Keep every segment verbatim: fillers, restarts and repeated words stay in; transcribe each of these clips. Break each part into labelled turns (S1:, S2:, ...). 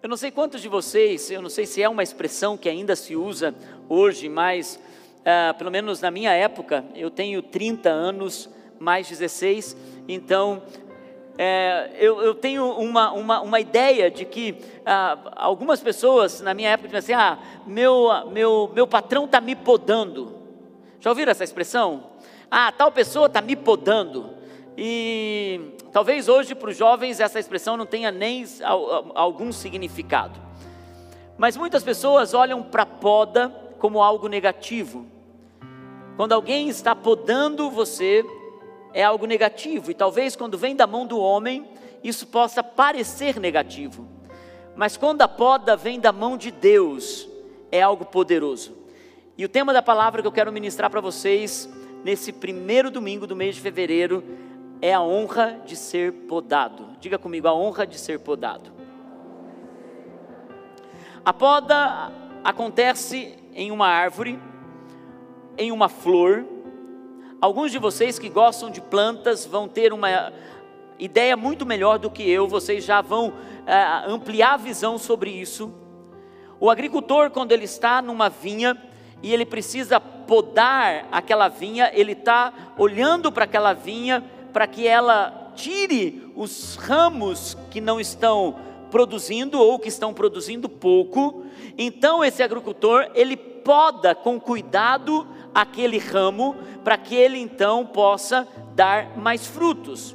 S1: Eu não sei quantos de vocês, eu não sei se é uma expressão que ainda se usa hoje, mas uh, pelo menos na minha época, eu tenho trinta anos, mais dezesseis, então é, eu, eu tenho uma, uma, uma ideia de que uh, algumas pessoas na minha época diziam assim, ah, meu, meu, meu patrão está me podando. Já ouviram essa expressão? Ah, tal pessoa está me podando. E talvez hoje para os jovens essa expressão não tenha nem algum significado, mas muitas pessoas olham para a poda como algo negativo. Quando alguém está podando você, é algo negativo, e talvez quando vem da mão do homem, isso possa parecer negativo, mas quando a poda vem da mão de Deus, é algo poderoso. E o tema da palavra que eu quero ministrar para vocês, nesse primeiro domingo do mês de fevereiro, é a honra de ser podado. Diga comigo, a honra de ser podado. A poda acontece em uma árvore, em uma flor. Alguns de vocês que gostam de plantas vão ter uma ideia muito melhor do que eu, vocês já vão é, ampliar a visão sobre isso. O agricultor, quando ele está numa vinha e ele precisa podar aquela vinha, ele está olhando para aquela vinha, para que ela tire os ramos que não estão produzindo ou que estão produzindo pouco. Então esse agricultor, ele poda com cuidado aquele ramo, para que ele então possa dar mais frutos.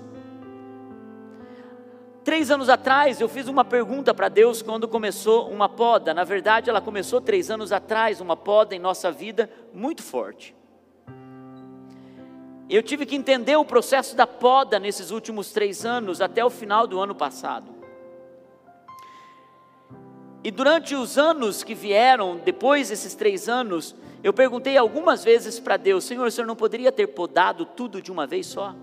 S1: Três anos atrás eu fiz uma pergunta para Deus quando começou uma poda. Na verdade ela começou três anos atrás, uma poda em nossa vida muito forte. Eu tive que entender o processo da poda nesses últimos três anos, até o final do ano passado. E durante os anos que vieram, depois desses três anos, eu perguntei algumas vezes para Deus, Senhor, o Senhor não poderia ter podado tudo de uma vez só?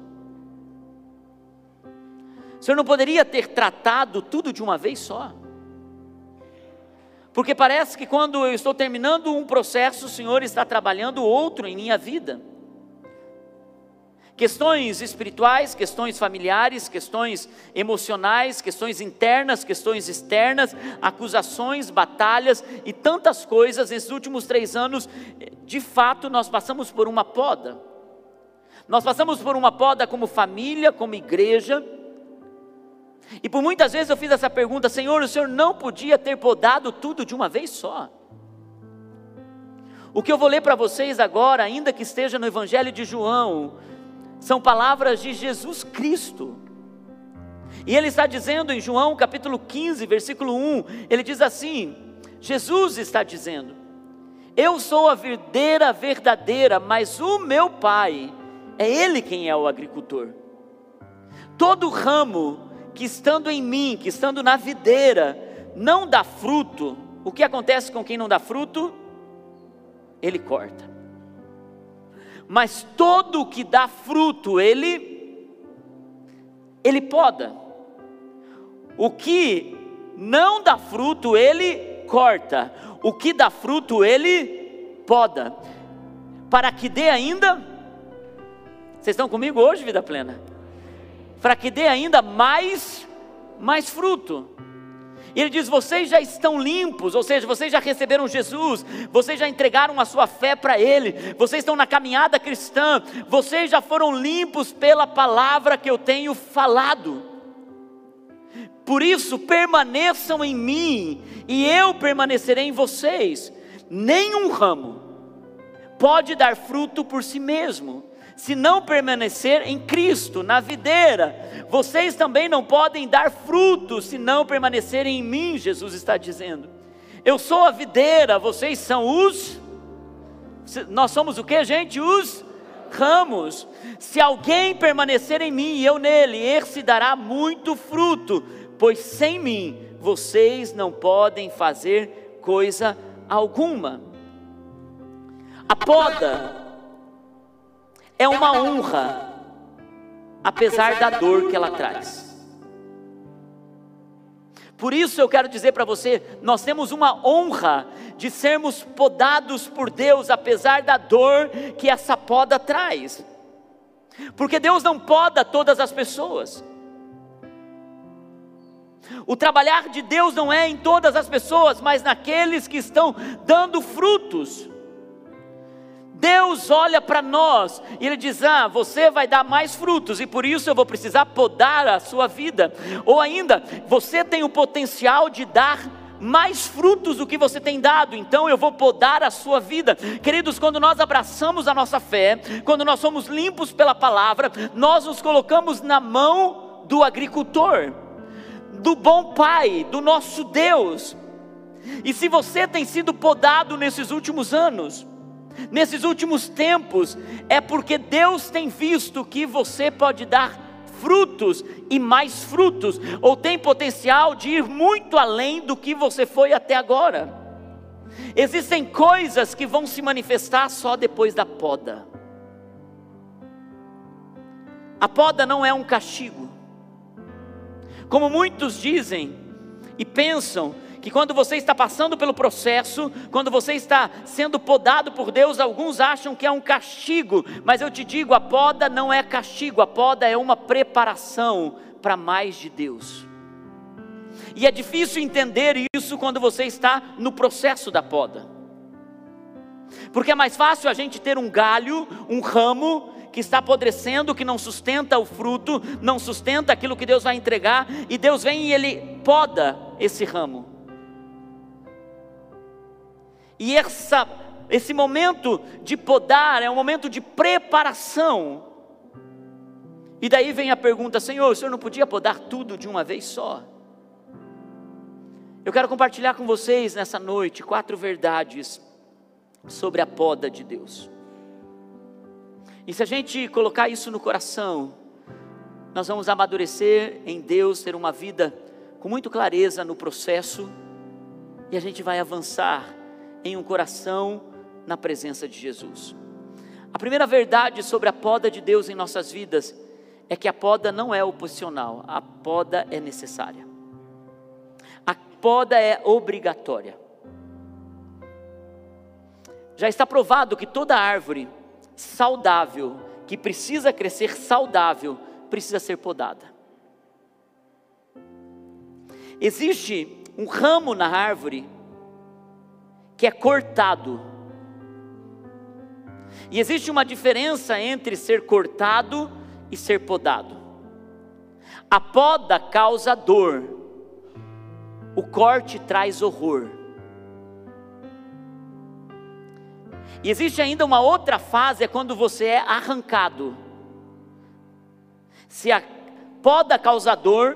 S1: O Senhor não poderia ter tratado tudo de uma vez só? Porque parece que quando eu estou terminando um processo, o Senhor está trabalhando outro em minha vida. Questões espirituais, questões familiares, questões emocionais, questões internas, questões externas, acusações, batalhas e tantas coisas. Nesses últimos três anos, de fato, nós passamos por uma poda. Nós passamos por uma poda como família, como igreja. E por muitas vezes eu fiz essa pergunta, Senhor, o Senhor não podia ter podado tudo de uma vez só? O que eu vou ler para vocês agora, ainda que esteja no Evangelho de João, são palavras de Jesus Cristo. E ele está dizendo em João capítulo quinze, versículo um, ele diz assim, Jesus está dizendo, eu sou a videira verdadeira, mas o meu Pai, é Ele quem é o agricultor. Todo ramo que estando em mim, que estando na videira, não dá fruto, o que acontece com quem não dá fruto? Ele corta. Mas todo o que dá fruto, ele, ele poda. O que não dá fruto, ele corta. O que dá fruto, ele poda. Para que dê ainda, vocês estão comigo hoje, vida plena? Para que dê ainda mais, mais fruto. E ele diz, vocês já estão limpos, ou seja, vocês já receberam Jesus, vocês já entregaram a sua fé para Ele, vocês estão na caminhada cristã, vocês já foram limpos pela palavra que eu tenho falado. Por isso permaneçam em mim, e eu permanecerei em vocês. Nenhum ramo pode dar fruto por si mesmo, se não permanecer em Cristo, na videira. Vocês também não podem dar fruto, se não permanecerem em mim, Jesus está dizendo. Eu sou a videira, vocês são os... Nós somos o que, gente? Os ramos. Se alguém permanecer em mim e eu nele, esse dará muito fruto, pois sem mim, vocês não podem fazer coisa alguma. A poda é uma honra, apesar da dor que ela traz. Por isso eu quero dizer para você, nós temos uma honra de sermos podados por Deus, apesar da dor que essa poda traz. Porque Deus não poda todas as pessoas. O trabalhar de Deus não é em todas as pessoas, mas naqueles que estão dando frutos. Deus olha para nós e Ele diz: ah, você vai dar mais frutos e por isso eu vou precisar podar a sua vida. Ou ainda, você tem o potencial de dar mais frutos do que você tem dado, então eu vou podar a sua vida. Queridos, quando nós abraçamos a nossa fé, quando nós somos limpos pela palavra, nós nos colocamos na mão do agricultor, do bom Pai, do nosso Deus. E se você tem sido podado nesses últimos anos, nesses últimos tempos, é porque Deus tem visto que você pode dar frutos e mais frutos, ou tem potencial de ir muito além do que você foi até agora. Existem coisas que vão se manifestar só depois da poda. A poda não é um castigo, como muitos dizem e pensam que quando você está passando pelo processo, quando você está sendo podado por Deus, alguns acham que é um castigo, mas eu te digo, a poda não é castigo, a poda é uma preparação para mais de Deus. E é difícil entender isso quando você está no processo da poda, porque é mais fácil a gente ter um galho, um ramo que está apodrecendo, que não sustenta o fruto, não sustenta aquilo que Deus vai entregar, e Deus vem e Ele poda esse ramo. E essa, esse momento de podar é um momento de preparação. E daí vem a pergunta: Senhor, o Senhor não podia podar tudo de uma vez só? Eu quero compartilhar com vocês nessa noite quatro verdades sobre a poda de Deus. E se a gente colocar isso no coração, nós vamos amadurecer em Deus, ter uma vida com muita clareza no processo, e a gente vai avançar em um coração na presença de Jesus. A primeira verdade sobre a poda de Deus em nossas vidas é que a poda não é opcional, a poda é necessária. A poda é obrigatória. Já está provado que toda árvore saudável, que precisa crescer saudável, precisa ser podada. Existe um ramo na árvore que é cortado, e existe uma diferença entre ser cortado e ser podado. A poda causa dor, o corte traz horror. E existe ainda uma outra fase, é quando você é arrancado. Se a poda causa dor,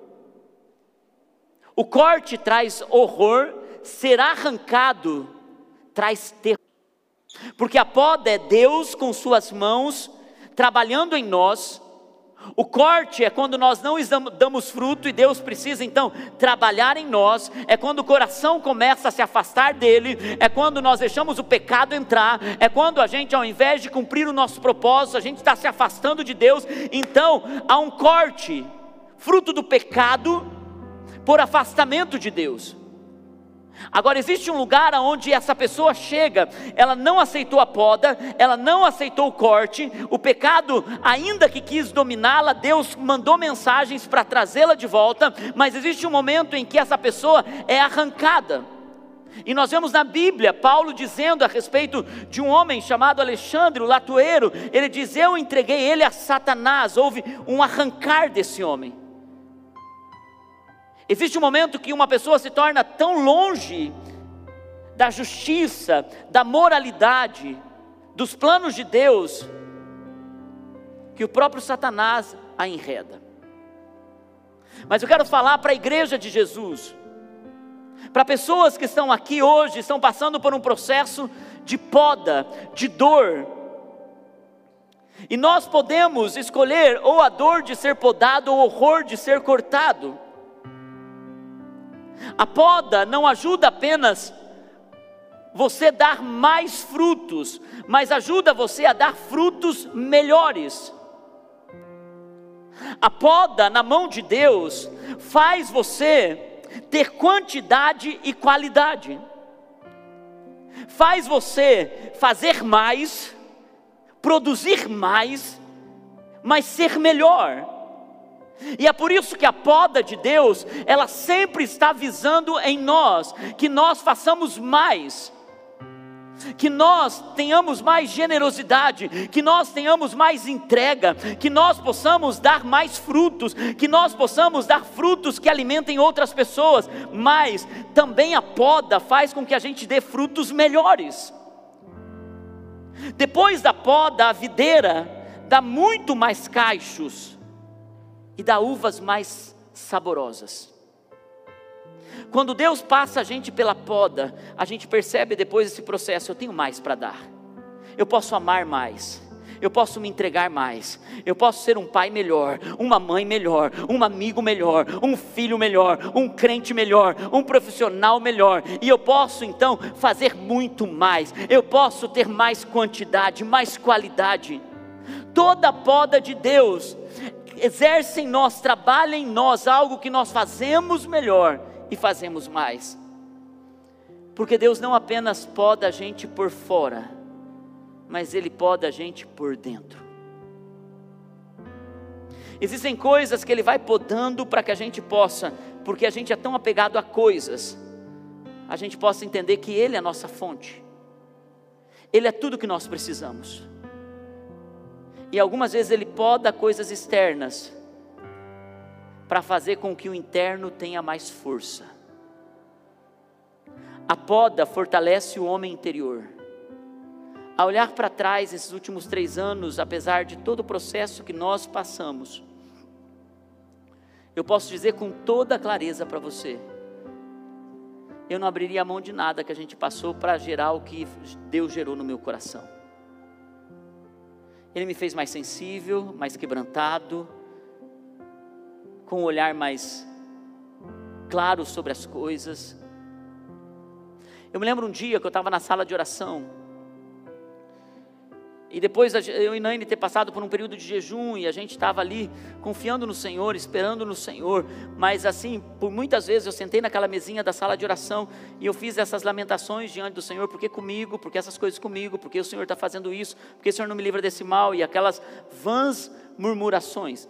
S1: o corte traz horror, ser arrancado traz terror. Porque a poda é Deus com suas mãos trabalhando em nós. O corte é quando nós não damos fruto e Deus precisa então trabalhar em nós. É quando o coração começa a se afastar dele. É quando nós deixamos o pecado entrar. É quando a gente, ao invés de cumprir o nosso propósito, a gente está se afastando de Deus. Então há um corte, fruto do pecado, por afastamento de Deus. Agora existe um lugar onde essa pessoa chega, ela não aceitou a poda, ela não aceitou o corte, o pecado ainda que quis dominá-la, Deus mandou mensagens para trazê-la de volta, mas existe um momento em que essa pessoa é arrancada. E nós vemos na Bíblia, Paulo dizendo a respeito de um homem chamado Alexandre, o latoeiro, ele diz: eu entreguei ele a Satanás. Houve um arrancar desse homem. Existe um momento que uma pessoa se torna tão longe da justiça, da moralidade, dos planos de Deus, que o próprio Satanás a enreda. Mas eu quero falar para a igreja de Jesus, para pessoas que estão aqui hoje, estão passando por um processo de poda, de dor. E nós podemos escolher ou a dor de ser podado ou o horror de ser cortado. A poda não ajuda apenas você a dar mais frutos, mas ajuda você a dar frutos melhores. A poda na mão de Deus faz você ter quantidade e qualidade. Faz você fazer mais, produzir mais, mas ser melhor. E é por isso que a poda de Deus, ela sempre está visando em nós, que nós façamos mais, que nós tenhamos mais generosidade, que nós tenhamos mais entrega, que nós possamos dar mais frutos, que nós possamos dar frutos que alimentem outras pessoas, mas também a poda faz com que a gente dê frutos melhores. Depois da poda, a videira dá muito mais cachos e dá uvas mais saborosas. Quando Deus passa a gente pela poda, a gente percebe depois desse processo: eu tenho mais para dar, eu posso amar mais, eu posso me entregar mais, eu posso ser um pai melhor, uma mãe melhor, um amigo melhor, um filho melhor, um crente melhor, um profissional melhor, e eu posso então fazer muito mais, eu posso ter mais quantidade, mais qualidade. Toda a poda de Deus exerce em nós, trabalha em nós algo que nós fazemos melhor e fazemos mais, porque Deus não apenas poda a gente por fora, mas Ele poda a gente por dentro. Existem coisas que Ele vai podando para que a gente possa, porque a gente é tão apegado a coisas, a gente possa entender que Ele é a nossa fonte, Ele é tudo que nós precisamos. E algumas vezes Ele poda coisas externas para fazer com que o interno tenha mais força. A poda fortalece o homem interior. A olhar para trás esses últimos três anos, apesar de todo o processo que nós passamos, eu posso dizer com toda clareza para você: eu não abriria a mão de nada que a gente passou para gerar o que Deus gerou no meu coração. Ele me fez mais sensível, mais quebrantado, com um olhar mais claro sobre as coisas. Eu me lembro um dia que eu estava na sala de oração, e depois eu e Naine ter passado por um período de jejum, e a gente estava ali confiando no Senhor, esperando no Senhor, mas assim, por muitas vezes eu sentei naquela mesinha da sala de oração, e eu fiz essas lamentações diante do Senhor: porque comigo, porque essas coisas comigo, porque o Senhor está fazendo isso, porque o Senhor não me livra desse mal, e aquelas vãs murmurações.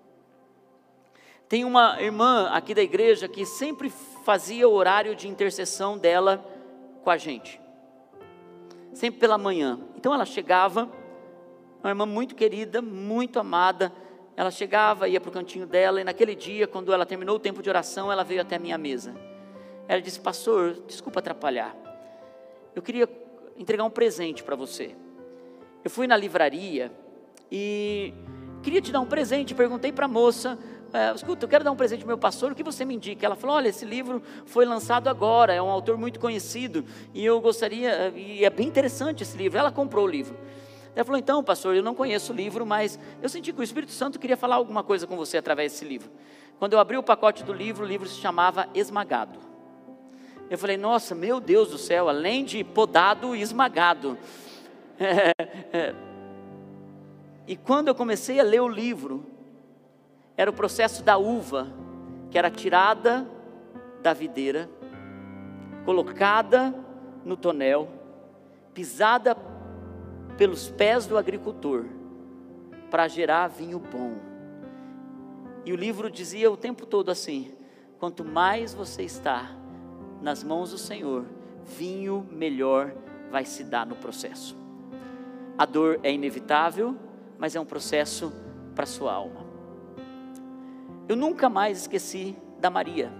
S1: Tem uma irmã aqui da igreja que sempre fazia o horário de intercessão dela com a gente, sempre pela manhã. Então ela chegava, uma irmã muito querida, muito amada, ela chegava, ia para o cantinho dela, e naquele dia, quando ela terminou o tempo de oração, ela veio até a minha mesa. Ela disse: pastor, desculpa atrapalhar, eu queria entregar um presente para você. Eu fui na livraria e queria te dar um presente, perguntei para a moça: É, escuta, eu quero dar um presente ao meu pastor, o que você me indica? Ela falou: olha, esse livro foi lançado agora, é um autor muito conhecido, e eu gostaria, e é bem interessante esse livro. Ela comprou o livro. Ela falou: então, pastor, eu não conheço o livro, mas eu senti que o Espírito Santo queria falar alguma coisa com você através desse livro. Quando eu abri o pacote do livro, o livro se chamava Esmagado. Eu falei: nossa, meu Deus do céu, além de podado, esmagado. É, é. E quando eu comecei a ler o livro, era o processo da uva, que era tirada da videira, colocada no tonel, pisada pelos pés do agricultor, para gerar vinho bom. E o livro dizia o tempo todo assim: quanto mais você está nas mãos do Senhor, vinho melhor vai se dar no processo. A dor é inevitável, mas é um processo para a sua alma. Eu nunca mais esqueci da Maria.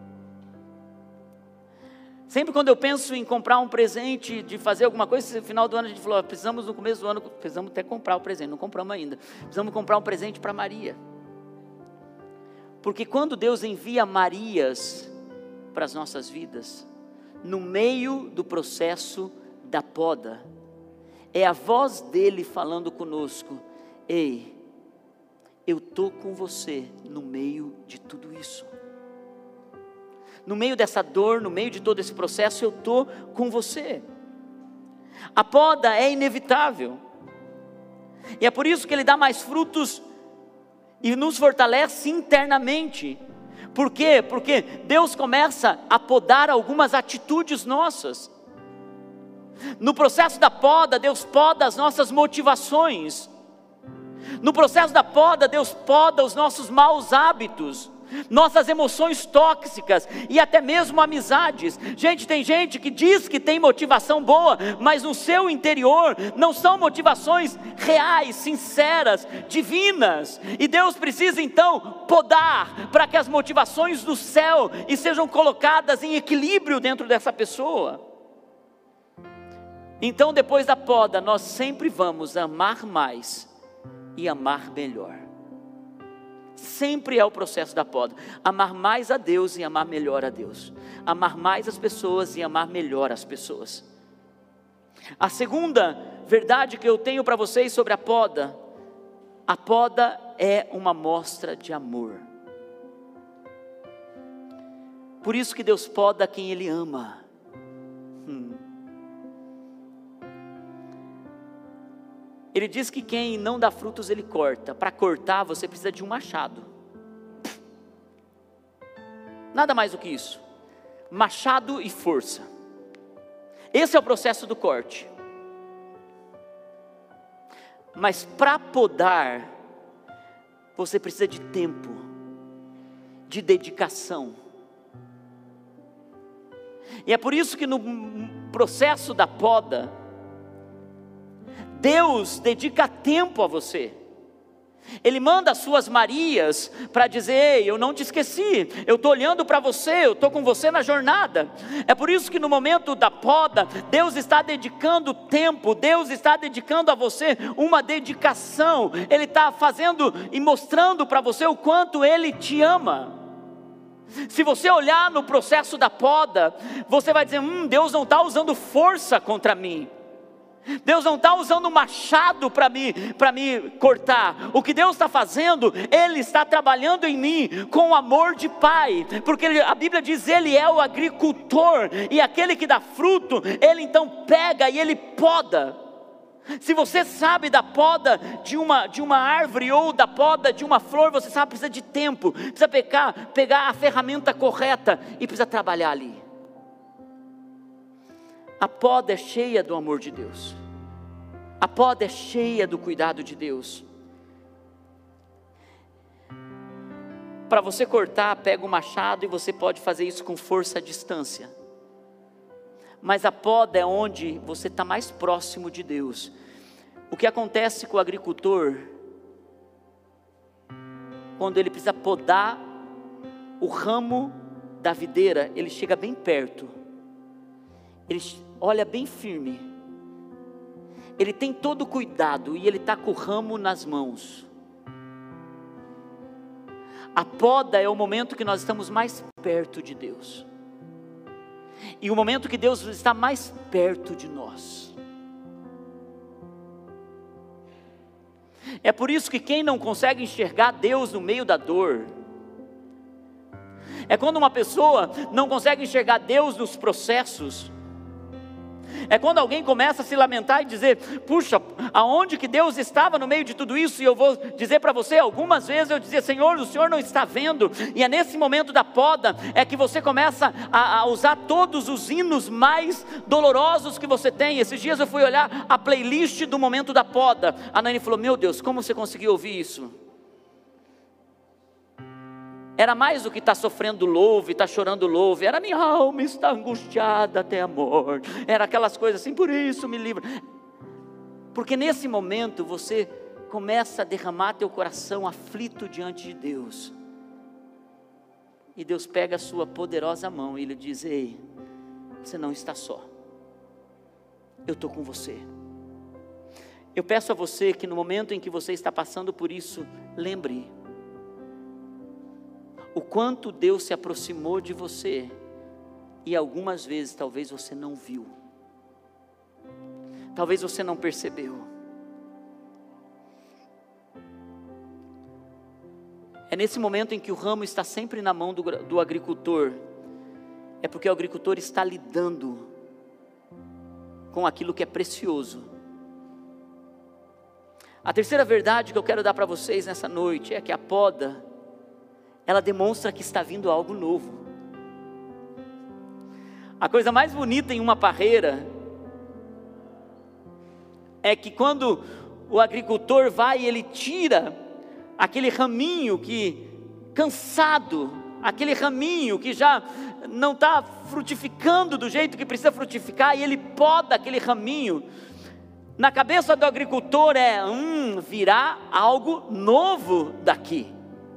S1: Sempre quando eu penso em comprar um presente, de fazer alguma coisa, no final do ano a gente falou: precisamos no começo do ano, precisamos até comprar o presente, não compramos ainda, precisamos comprar um presente para Maria. Porque quando Deus envia Marias para as nossas vidas, no meio do processo da poda, é a voz dele falando conosco: ei, eu estou com você no meio de tudo isso. No meio dessa dor, no meio de todo esse processo, eu estou com você. A poda é inevitável. E é por isso que Ele dá mais frutos e nos fortalece internamente. Por quê? Porque Deus começa a podar algumas atitudes nossas. No processo da poda, Deus poda as nossas motivações. No processo da poda, Deus poda os nossos maus hábitos, nossas emoções tóxicas e até mesmo amizades. Gente, tem gente que diz que tem motivação boa, mas no seu interior não são motivações reais, sinceras, divinas. E Deus precisa então podar para que as motivações do céu e sejam colocadas em equilíbrio dentro dessa pessoa. Então, depois da poda, nós sempre vamos amar mais e amar melhor. Sempre é o processo da poda, amar mais a Deus e amar melhor a Deus, amar mais as pessoas e amar melhor as pessoas. A segunda verdade que eu tenho para vocês sobre a poda: a poda é uma mostra de amor. Por isso que Deus poda quem Ele ama. hum. Ele diz que quem não dá frutos Ele corta. Para cortar você precisa de um machado. Nada mais do que isso. Machado e força. Esse é o processo do corte. Mas para podar, você precisa de tempo, de dedicação. E é por isso que no processo da poda, Deus dedica tempo a você. Ele manda as suas Marias para dizer: ei, eu não te esqueci, eu estou olhando para você, eu estou com você na jornada. É por isso que no momento da poda, Deus está dedicando tempo, Deus está dedicando a você uma dedicação. Ele está fazendo e mostrando para você o quanto Ele te ama. Se você olhar no processo da poda, você vai dizer: hum, Deus não está usando força contra mim, Deus não está usando um machado para me, para me cortar. O que Deus está fazendo, Ele está trabalhando em mim com amor de Pai, porque ele, a Bíblia diz: Ele é o agricultor, e aquele que dá fruto, Ele então pega e Ele poda. Se você sabe da poda de uma, de uma árvore ou da poda de uma flor, você sabe, precisa de tempo, precisa pegar, pegar a ferramenta correta e precisa trabalhar ali. A poda é cheia do amor de Deus. A poda é cheia do cuidado de Deus. Para você cortar, pega o machado e você pode fazer isso com força à distância. Mas a poda é onde você está mais próximo de Deus. O que acontece com o agricultor, quando ele precisa podar o ramo da videira, ele chega bem perto, ele olha bem firme, ele tem todo o cuidado e ele está com o ramo nas mãos. A poda é o momento que nós estamos mais perto de Deus, e o momento que Deus está mais perto de nós. É por isso que quem não consegue enxergar Deus no meio da dor, é quando uma pessoa não consegue enxergar Deus nos processos, é quando alguém começa a se lamentar e dizer: puxa, aonde que Deus estava no meio de tudo isso? E eu vou dizer para você, algumas vezes eu dizia: Senhor, o Senhor não está vendo. E é nesse momento da poda, é que você começa a, a usar todos os hinos mais dolorosos que você tem. Esses dias eu fui olhar a playlist do momento da poda. A Nani falou: meu Deus, como você conseguiu ouvir isso? Era mais do que estar tá sofrendo louve, estar tá chorando louve. Era: minha alma está angustiada até a morte. Era aquelas coisas assim: por isso me livra. Porque nesse momento você começa a derramar teu coração aflito diante de Deus. E Deus pega a sua poderosa mão e Ele diz: ei, você não está só. Eu estou com você. Eu peço a você que no momento em que você está passando por isso, lembre o quanto Deus se aproximou de você, e algumas vezes talvez você não viu, talvez você não percebeu. É nesse momento em que o ramo está sempre na mão do, do agricultor, é porque o agricultor está lidando com aquilo que é precioso. A terceira verdade que eu quero dar para vocês nessa noite é que a poda, ela demonstra que está vindo algo novo. A coisa mais bonita em uma parreira é que quando o agricultor vai e ele tira aquele raminho que, cansado, aquele raminho que já não está frutificando do jeito que precisa frutificar, e ele poda aquele raminho, na cabeça do agricultor é, hum, virá algo novo daqui.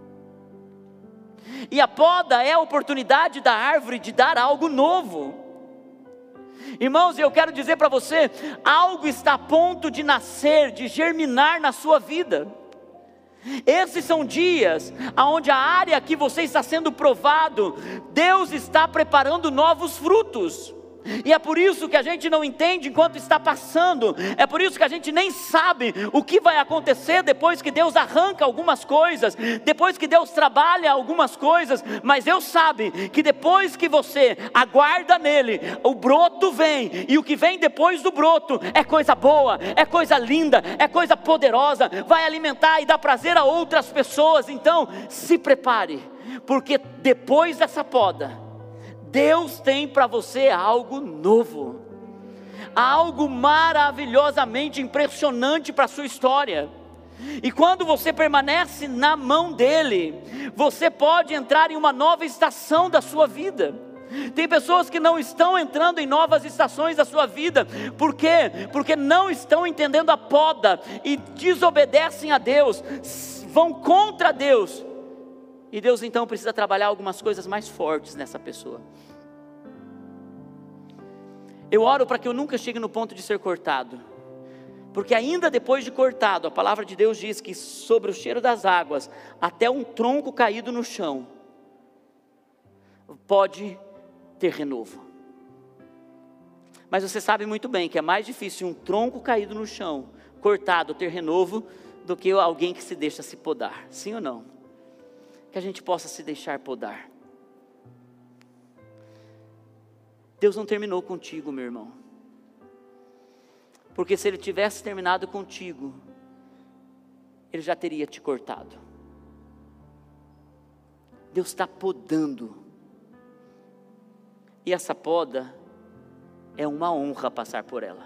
S1: E a poda é a oportunidade da árvore de dar algo novo. Irmãos, eu quero dizer para você, algo está a ponto de nascer, de germinar na sua vida. Esses são dias onde a área que você está sendo provado, Deus está preparando novos frutos. E é por isso que a gente não entende enquanto está passando, é por isso que a gente nem sabe o que vai acontecer depois que Deus arranca algumas coisas, depois que Deus trabalha algumas coisas, mas Deus sabe que depois que você aguarda nele, o broto vem, e o que vem depois do broto é coisa boa, é coisa linda, é coisa poderosa, vai alimentar e dar prazer a outras pessoas. Então se prepare, porque depois dessa poda, Deus tem para você algo novo, algo maravilhosamente impressionante para a sua história. E quando você permanece na mão dele, você pode entrar em uma nova estação da sua vida. Tem pessoas que não estão entrando em novas estações da sua vida. Por quê? Porque não estão entendendo a poda e desobedecem a Deus, vão contra Deus. E Deus então precisa trabalhar algumas coisas mais fortes nessa pessoa. Eu oro para que eu nunca chegue no ponto de ser cortado, porque ainda depois de cortado, a palavra de Deus diz que sobre o cheiro das águas, até um tronco caído no chão, pode ter renovo. Mas você sabe muito bem que é mais difícil um tronco caído no chão, cortado, ter renovo, do que alguém que se deixa se podar, sim ou não? Que a gente possa se deixar podar. Deus não terminou contigo, meu irmão, porque se Ele tivesse terminado contigo, Ele já teria te cortado. Deus está podando, e essa poda é uma honra passar por ela.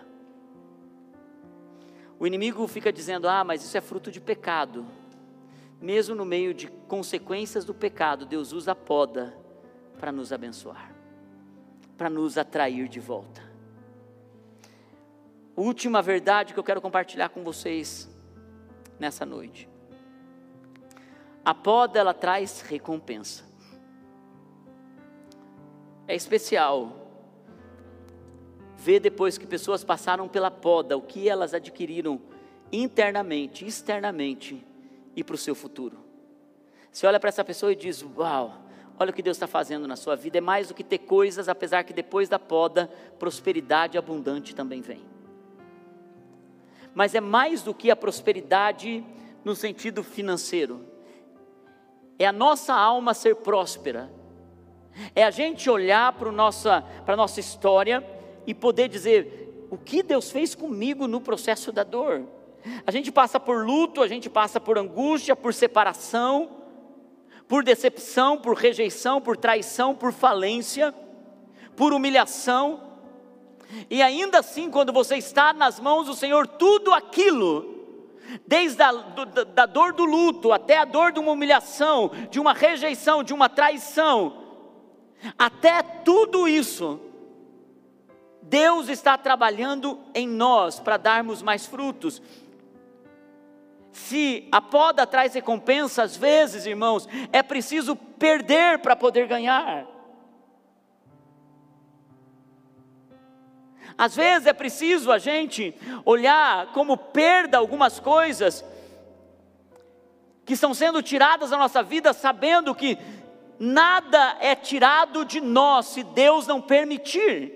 S1: O inimigo fica dizendo, ah, mas isso é fruto de pecado. Mesmo no meio de consequências do pecado, Deus usa a poda para nos abençoar, para nos atrair de volta. Última verdade que eu quero compartilhar com vocês nessa noite. A poda, ela traz recompensa. É especial ver depois que pessoas passaram pela poda, o que elas adquiriram internamente, externamente, e para o seu futuro. Você olha para essa pessoa e diz, uau, olha o que Deus está fazendo na sua vida. É mais do que ter coisas, apesar que depois da poda, prosperidade abundante também vem. Mas é mais do que a prosperidade no sentido financeiro. É a nossa alma ser próspera. É a gente olhar para a nossa, para a nossa história e poder dizer, o que Deus fez comigo no processo da dor? A gente passa por luto, a gente passa por angústia, por separação, por decepção, por rejeição, por traição, por falência, por humilhação. E ainda assim, quando você está nas mãos do Senhor, tudo aquilo, desde a do, da dor do luto, até a dor de uma humilhação, de uma rejeição, de uma traição, até tudo isso, Deus está trabalhando em nós para darmos mais frutos. Se a poda traz recompensa, às vezes, irmãos, é preciso perder para poder ganhar. Às vezes é preciso a gente olhar como perda algumas coisas que estão sendo tiradas da nossa vida, sabendo que nada é tirado de nós se Deus não permitir.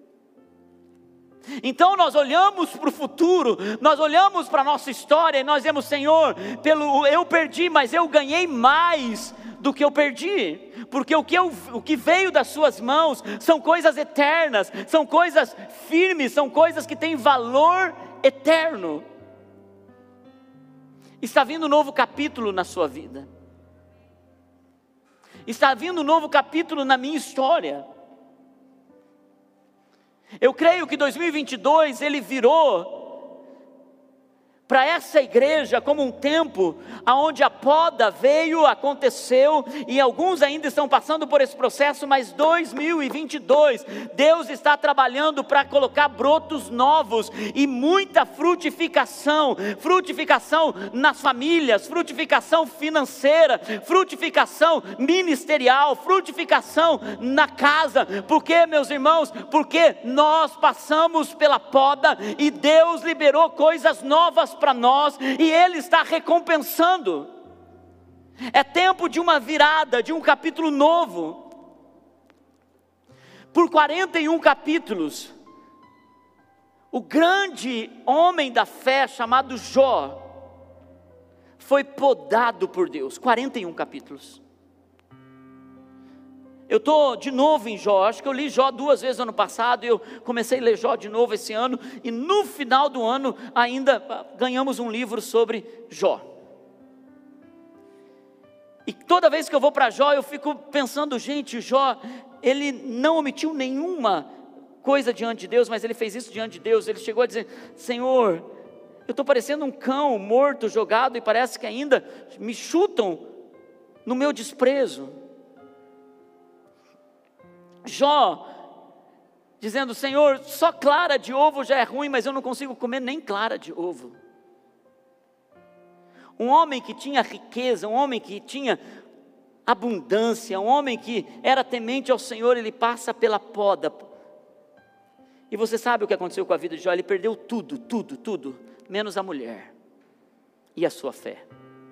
S1: Então nós olhamos para o futuro, nós olhamos para a nossa história e nós dizemos, Senhor, pelo, eu perdi, mas eu ganhei mais do que eu perdi, porque o que, eu, o que veio das suas mãos são coisas eternas, são coisas firmes, são coisas que têm valor eterno. Está vindo um novo capítulo na sua vida, está vindo um novo capítulo na minha história. Eu creio que dois mil e vinte e dois ele virou para essa igreja como um tempo onde a poda veio, aconteceu, e alguns ainda estão passando por esse processo, mas dois mil e vinte e dois, Deus está trabalhando para colocar brotos novos e muita frutificação, frutificação nas famílias, frutificação financeira, frutificação ministerial, frutificação na casa. Por quê, meus irmãos? Porque nós passamos pela poda e Deus liberou coisas novas para nós, e Ele está recompensando. É tempo de uma virada, de um capítulo novo. Por quarenta e um capítulos, o grande homem da fé chamado Jó foi podado por Deus. quarenta e um capítulos. Eu estou de novo em Jó, acho que eu li Jó duas vezes ano passado, e eu comecei a ler Jó de novo esse ano, e no final do ano ainda ganhamos um livro sobre Jó. E toda vez que eu vou para Jó, eu fico pensando, gente, Jó, ele não omitiu nenhuma coisa diante de Deus, mas ele fez isso diante de Deus. Ele chegou a dizer: Senhor, eu estou parecendo um cão morto, jogado, e parece que ainda me chutam no meu desprezo. Jó, dizendo: Senhor, só clara de ovo já é ruim, mas eu não consigo comer nem clara de ovo. Um homem que tinha riqueza, um homem que tinha abundância, um homem que era temente ao Senhor, ele passa pela poda. E você sabe o que aconteceu com a vida de Jó? Ele perdeu tudo, tudo, tudo, menos a mulher e a sua fé.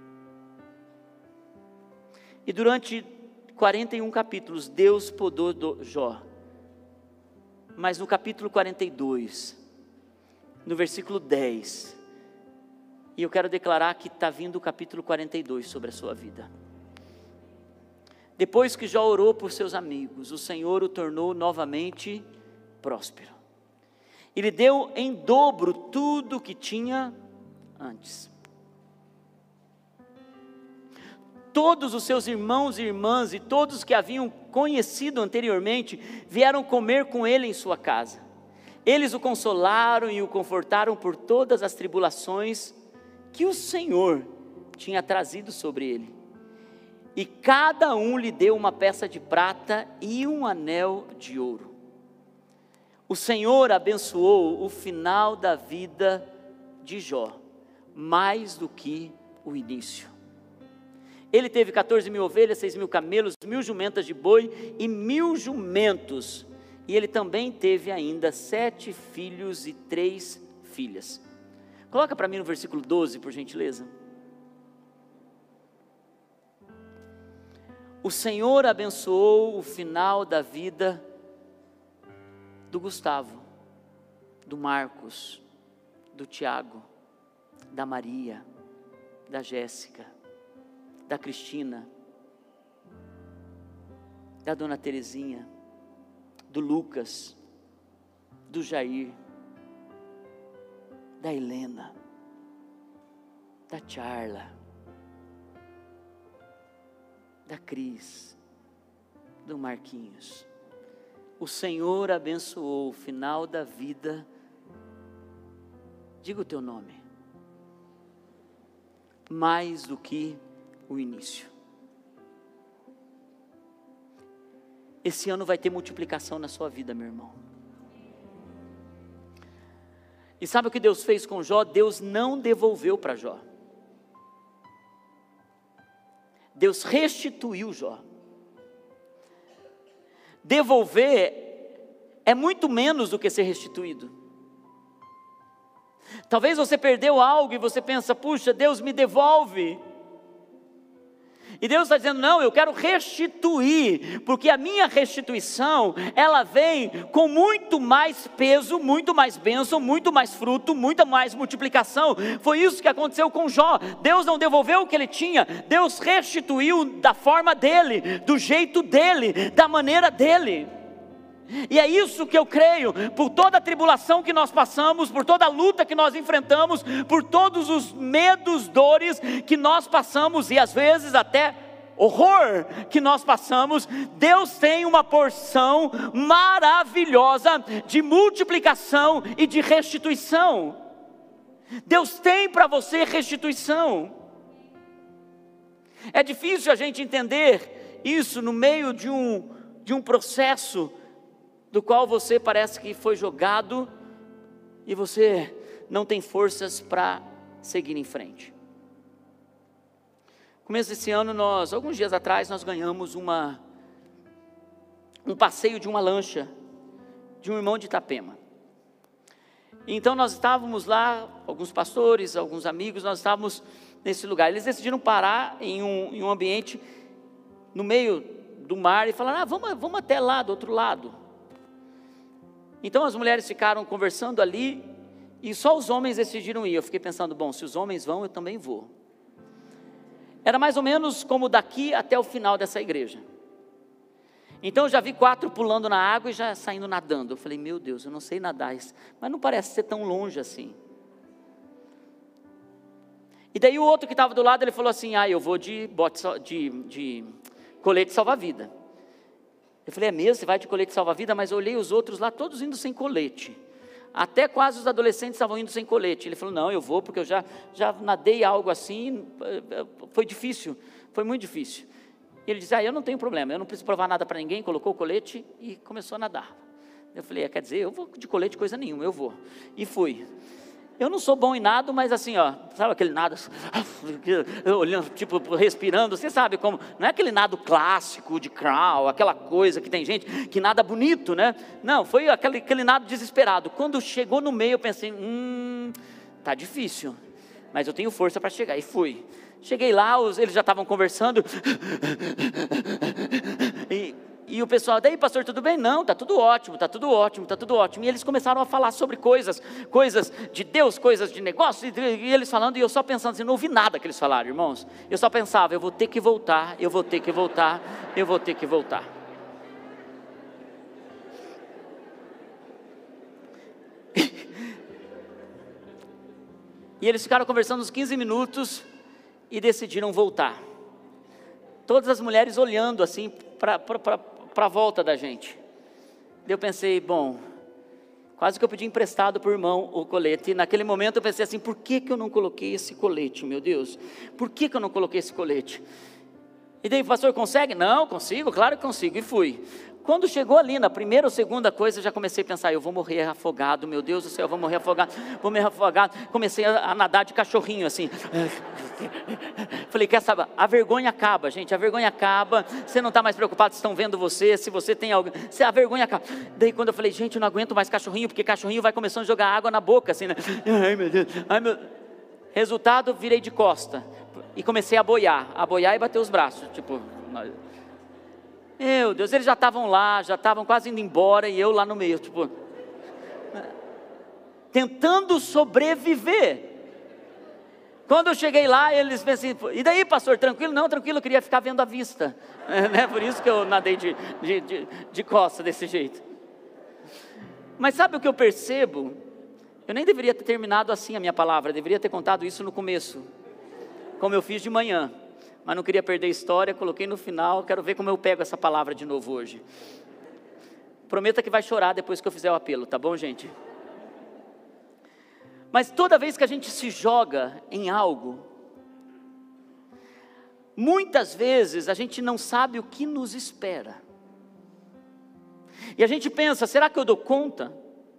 S1: E durante quarenta e um capítulos, Deus podou Jó. Mas no capítulo quarenta e dois, no versículo dez, e eu quero declarar que está vindo o capítulo quarenta e dois sobre a sua vida. Depois que Jó orou por seus amigos, o Senhor o tornou novamente próspero. E lhe deu em dobro tudo o que tinha antes. Todos os seus irmãos e irmãs e todos que haviam conhecido anteriormente vieram comer com ele em sua casa. Eles o consolaram e o confortaram por todas as tribulações que o Senhor tinha trazido sobre ele. E cada um lhe deu uma peça de prata e um anel de ouro. O Senhor abençoou o final da vida de Jó, mais do que o início. Ele teve quatorze mil ovelhas, seis mil camelos, mil jumentas de boi e mil jumentos. E ele também teve ainda sete filhos e três filhas. Coloca para mim no versículo doze, por gentileza. O Senhor abençoou o final da vida do Gustavo, do Marcos, do Tiago, da Maria, da Jéssica, da Cristina, da Dona Terezinha, do Lucas, do Jair, da Helena, da Charla, da Cris, do Marquinhos. O Senhor abençoou o final da vida, diga o teu nome, mais do que o início. Esse ano vai ter multiplicação na sua vida, meu irmão. E sabe o que Deus fez com Jó? Deus não devolveu para Jó. Deus restituiu Jó. Devolver é muito menos do que ser restituído. Talvez você perdeu algo e você pensa: puxa, Deus me devolve. E Deus está dizendo: não, eu quero restituir, porque a minha restituição, ela vem com muito mais peso, muito mais bênção, muito mais fruto, muita mais multiplicação. Foi isso que aconteceu com Jó. Deus não devolveu o que ele tinha, Deus restituiu da forma dele, do jeito dele, da maneira dele. E é isso que eu creio, por toda a tribulação que nós passamos, por toda a luta que nós enfrentamos, por todos os medos, dores que nós passamos, e às vezes até horror que nós passamos, Deus tem uma porção maravilhosa de multiplicação e de restituição. Deus tem para você restituição. É difícil a gente entender isso no meio de um, de um processo do qual você parece que foi jogado e você não tem forças para seguir em frente. No começo desse ano, nós, alguns dias atrás, nós ganhamos uma, um passeio de uma lancha de um irmão de Itapema. Então nós estávamos lá, alguns pastores, alguns amigos, nós estávamos nesse lugar. Eles decidiram parar em um, em um ambiente no meio do mar e falaram, ah, vamos, vamos até lá, do outro lado. Então as mulheres ficaram conversando ali e só os homens decidiram ir. Eu fiquei pensando, bom, se os homens vão, eu também vou. Era mais ou menos como daqui até o final dessa igreja. Então eu já vi quatro pulando na água e já saindo nadando. Eu falei, meu Deus, eu não sei nadar, mas não parece ser tão longe assim. E daí o outro que estava do lado, ele falou assim, ah, eu vou de, bote, de, de colete salva-vida. Eu falei, é mesmo, você vai de colete salva-vida? Mas eu olhei os outros lá, todos indo sem colete. Até quase os adolescentes estavam indo sem colete. Ele falou, não, eu vou porque eu já, já nadei algo assim, foi difícil, foi muito difícil. Ele disse, ah, eu não tenho problema, eu não preciso provar nada para ninguém, colocou o colete e começou a nadar. Eu falei, é, quer dizer, eu vou de colete coisa nenhuma, eu vou. E fui. Eu não sou bom em nado, mas assim, ó, sabe aquele nado, olhando, tipo, respirando, você sabe como, não é aquele nado clássico de crawl, aquela coisa que tem gente que nada bonito, né? Não, foi aquele, aquele nado desesperado. Quando chegou no meio, eu pensei, hum, tá difícil, mas eu tenho força para chegar, e fui. Cheguei lá, os, eles já estavam conversando, e, e o pessoal, daí pastor, tudo bem? Não, está tudo ótimo, está tudo ótimo, está tudo ótimo. E eles começaram a falar sobre coisas, coisas de Deus, coisas de negócio, e, e eles falando, e eu só pensando assim, não ouvi nada que eles falaram, irmãos. Eu só pensava, eu vou ter que voltar, eu vou ter que voltar, eu vou ter que voltar. E eles ficaram conversando uns quinze minutos, e decidiram voltar. Todas as mulheres olhando assim para a volta da gente. Eu pensei, bom, quase que eu pedi emprestado para o irmão o colete. E naquele momento eu pensei assim, por que, que eu não coloquei esse colete, meu Deus? Por que, que eu não coloquei esse colete? E daí, pastor, consegue? Não, consigo, claro que consigo. E fui. Quando chegou ali, na primeira ou segunda coisa, eu já comecei a pensar, eu vou morrer afogado, meu Deus do céu, eu vou morrer afogado, vou morrer afogado. Comecei a, a nadar de cachorrinho, assim. Falei, quer saber, a vergonha acaba, gente, a vergonha acaba, você não está mais preocupado se estão vendo você, se você tem algo, se a vergonha acaba. Daí quando eu falei, gente, eu não aguento mais cachorrinho, porque cachorrinho vai começando a jogar água na boca, assim, né? Ai, meu Deus, ai, meu... Resultado, virei de costa, e comecei a boiar, a boiar e bater os braços, tipo... Meu Deus, eles já estavam lá, já estavam quase indo embora, e eu lá no meio, tipo, tentando sobreviver. Quando eu cheguei lá, eles pensam assim, e daí pastor, tranquilo? Não, tranquilo, eu queria ficar vendo a vista, é, né? Por isso que eu nadei de, de, de, de costa desse jeito. Mas sabe o que eu percebo? Eu nem deveria ter terminado assim a minha palavra, eu deveria ter contado isso no começo, como eu fiz de manhã. Mas não queria perder a história, coloquei no final, quero ver como eu pego essa palavra de novo hoje. Prometa que vai chorar depois que eu fizer o apelo, tá bom, gente? Mas toda vez que a gente se joga em algo, muitas vezes a gente não sabe o que nos espera. E a gente pensa, será que eu dou conta?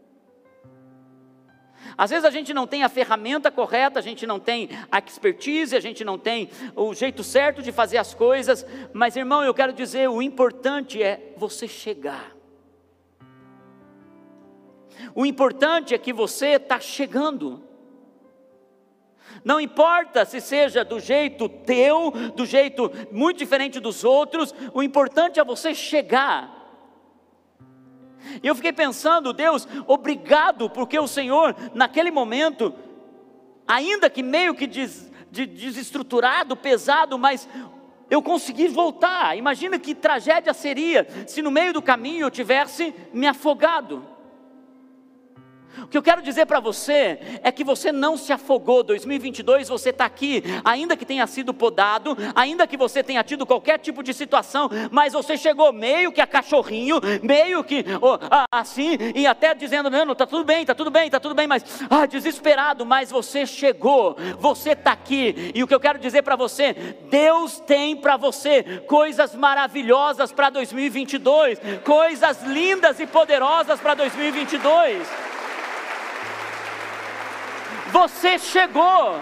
S1: Às vezes a gente não tem a ferramenta correta, a gente não tem a expertise, a gente não tem o jeito certo de fazer as coisas, mas irmão, eu quero dizer, o importante é você chegar. O importante é que você está chegando. Não importa se seja do jeito teu, do jeito muito diferente dos outros, o importante é você chegar. E eu fiquei pensando, Deus, obrigado, porque o Senhor, naquele momento, ainda que meio que des, de, desestruturado, pesado, mas eu consegui voltar. Imagina que tragédia seria, se no meio do caminho eu tivesse me afogado. O que eu quero dizer para você é que você não se afogou. Dois mil e vinte e dois você está aqui, ainda que tenha sido podado, ainda que você tenha tido qualquer tipo de situação, mas você chegou meio que a cachorrinho, meio que oh, assim, e até dizendo, não, está tudo bem, está tudo bem, está tudo bem, mas ah, desesperado, mas você chegou, você está aqui, e o que eu quero dizer para você, Deus tem para você coisas maravilhosas para dois mil e vinte e dois, coisas lindas e poderosas para dois mil e vinte e dois, você chegou,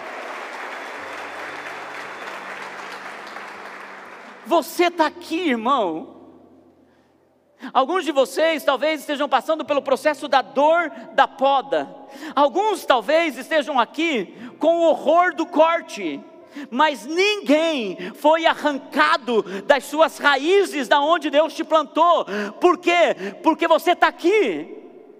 S1: você está aqui, irmão. Alguns de vocês talvez estejam passando pelo processo da dor da poda, alguns talvez estejam aqui com o horror do corte, mas ninguém foi arrancado das suas raízes, da onde Deus te plantou. Por quê? Porque você está aqui.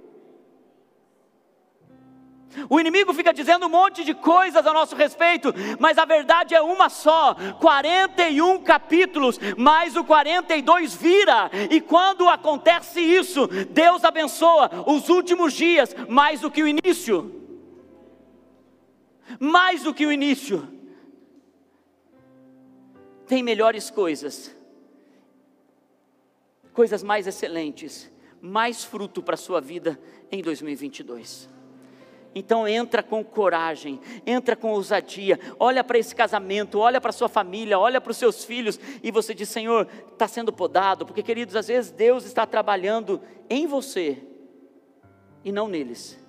S1: O inimigo fica dizendo um monte de coisas a nosso respeito, mas a verdade é uma só, quarenta e um capítulos, mais o quarenta e dois vira, e quando acontece isso, Deus abençoa os últimos dias, mais do que o início, mais do que o início, tem melhores coisas, coisas mais excelentes, mais fruto para a sua vida em dois mil e vinte e dois, então entra com coragem, entra com ousadia, olha para esse casamento, olha para a sua família, olha para os seus filhos, e você diz, Senhor, está sendo podado, porque queridos, às vezes Deus está trabalhando em você, e não neles,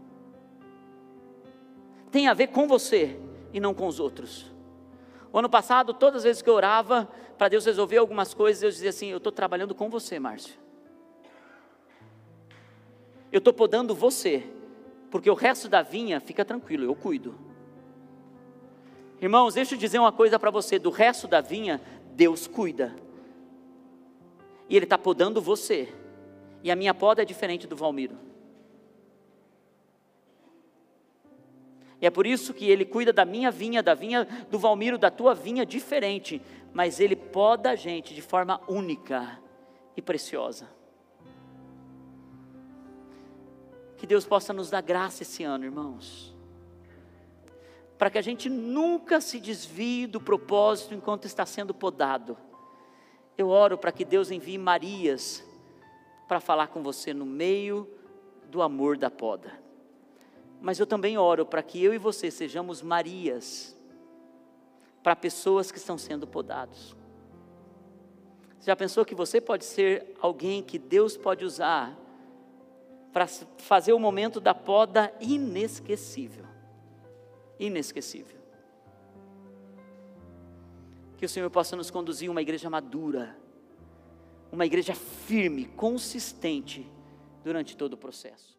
S1: tem a ver com você, e não com os outros. O ano passado, todas as vezes que eu orava, para Deus resolver algumas coisas, eu dizia assim, eu estou trabalhando com você, Márcio, eu estou podando você, porque o resto da vinha, fica tranquilo, eu cuido. Irmãos, deixa eu dizer uma coisa para você, do resto da vinha, Deus cuida, e Ele está podando você, e a minha poda é diferente do Valmiro, e é por isso que Ele cuida da minha vinha, da vinha do Valmiro, da tua vinha diferente, mas Ele poda a gente de forma única e preciosa. Que Deus possa nos dar graça esse ano, irmãos, para que a gente nunca se desvie do propósito enquanto está sendo podado. Eu oro para que Deus envie Marias para falar com você no meio do amor da poda, mas eu também oro para que eu e você sejamos Marias para pessoas que estão sendo podados. Você já pensou que você pode ser alguém que Deus pode usar para fazer o momento da poda inesquecível, inesquecível. Que o Senhor possa nos conduzir a uma igreja madura, uma igreja firme, consistente, durante todo o processo.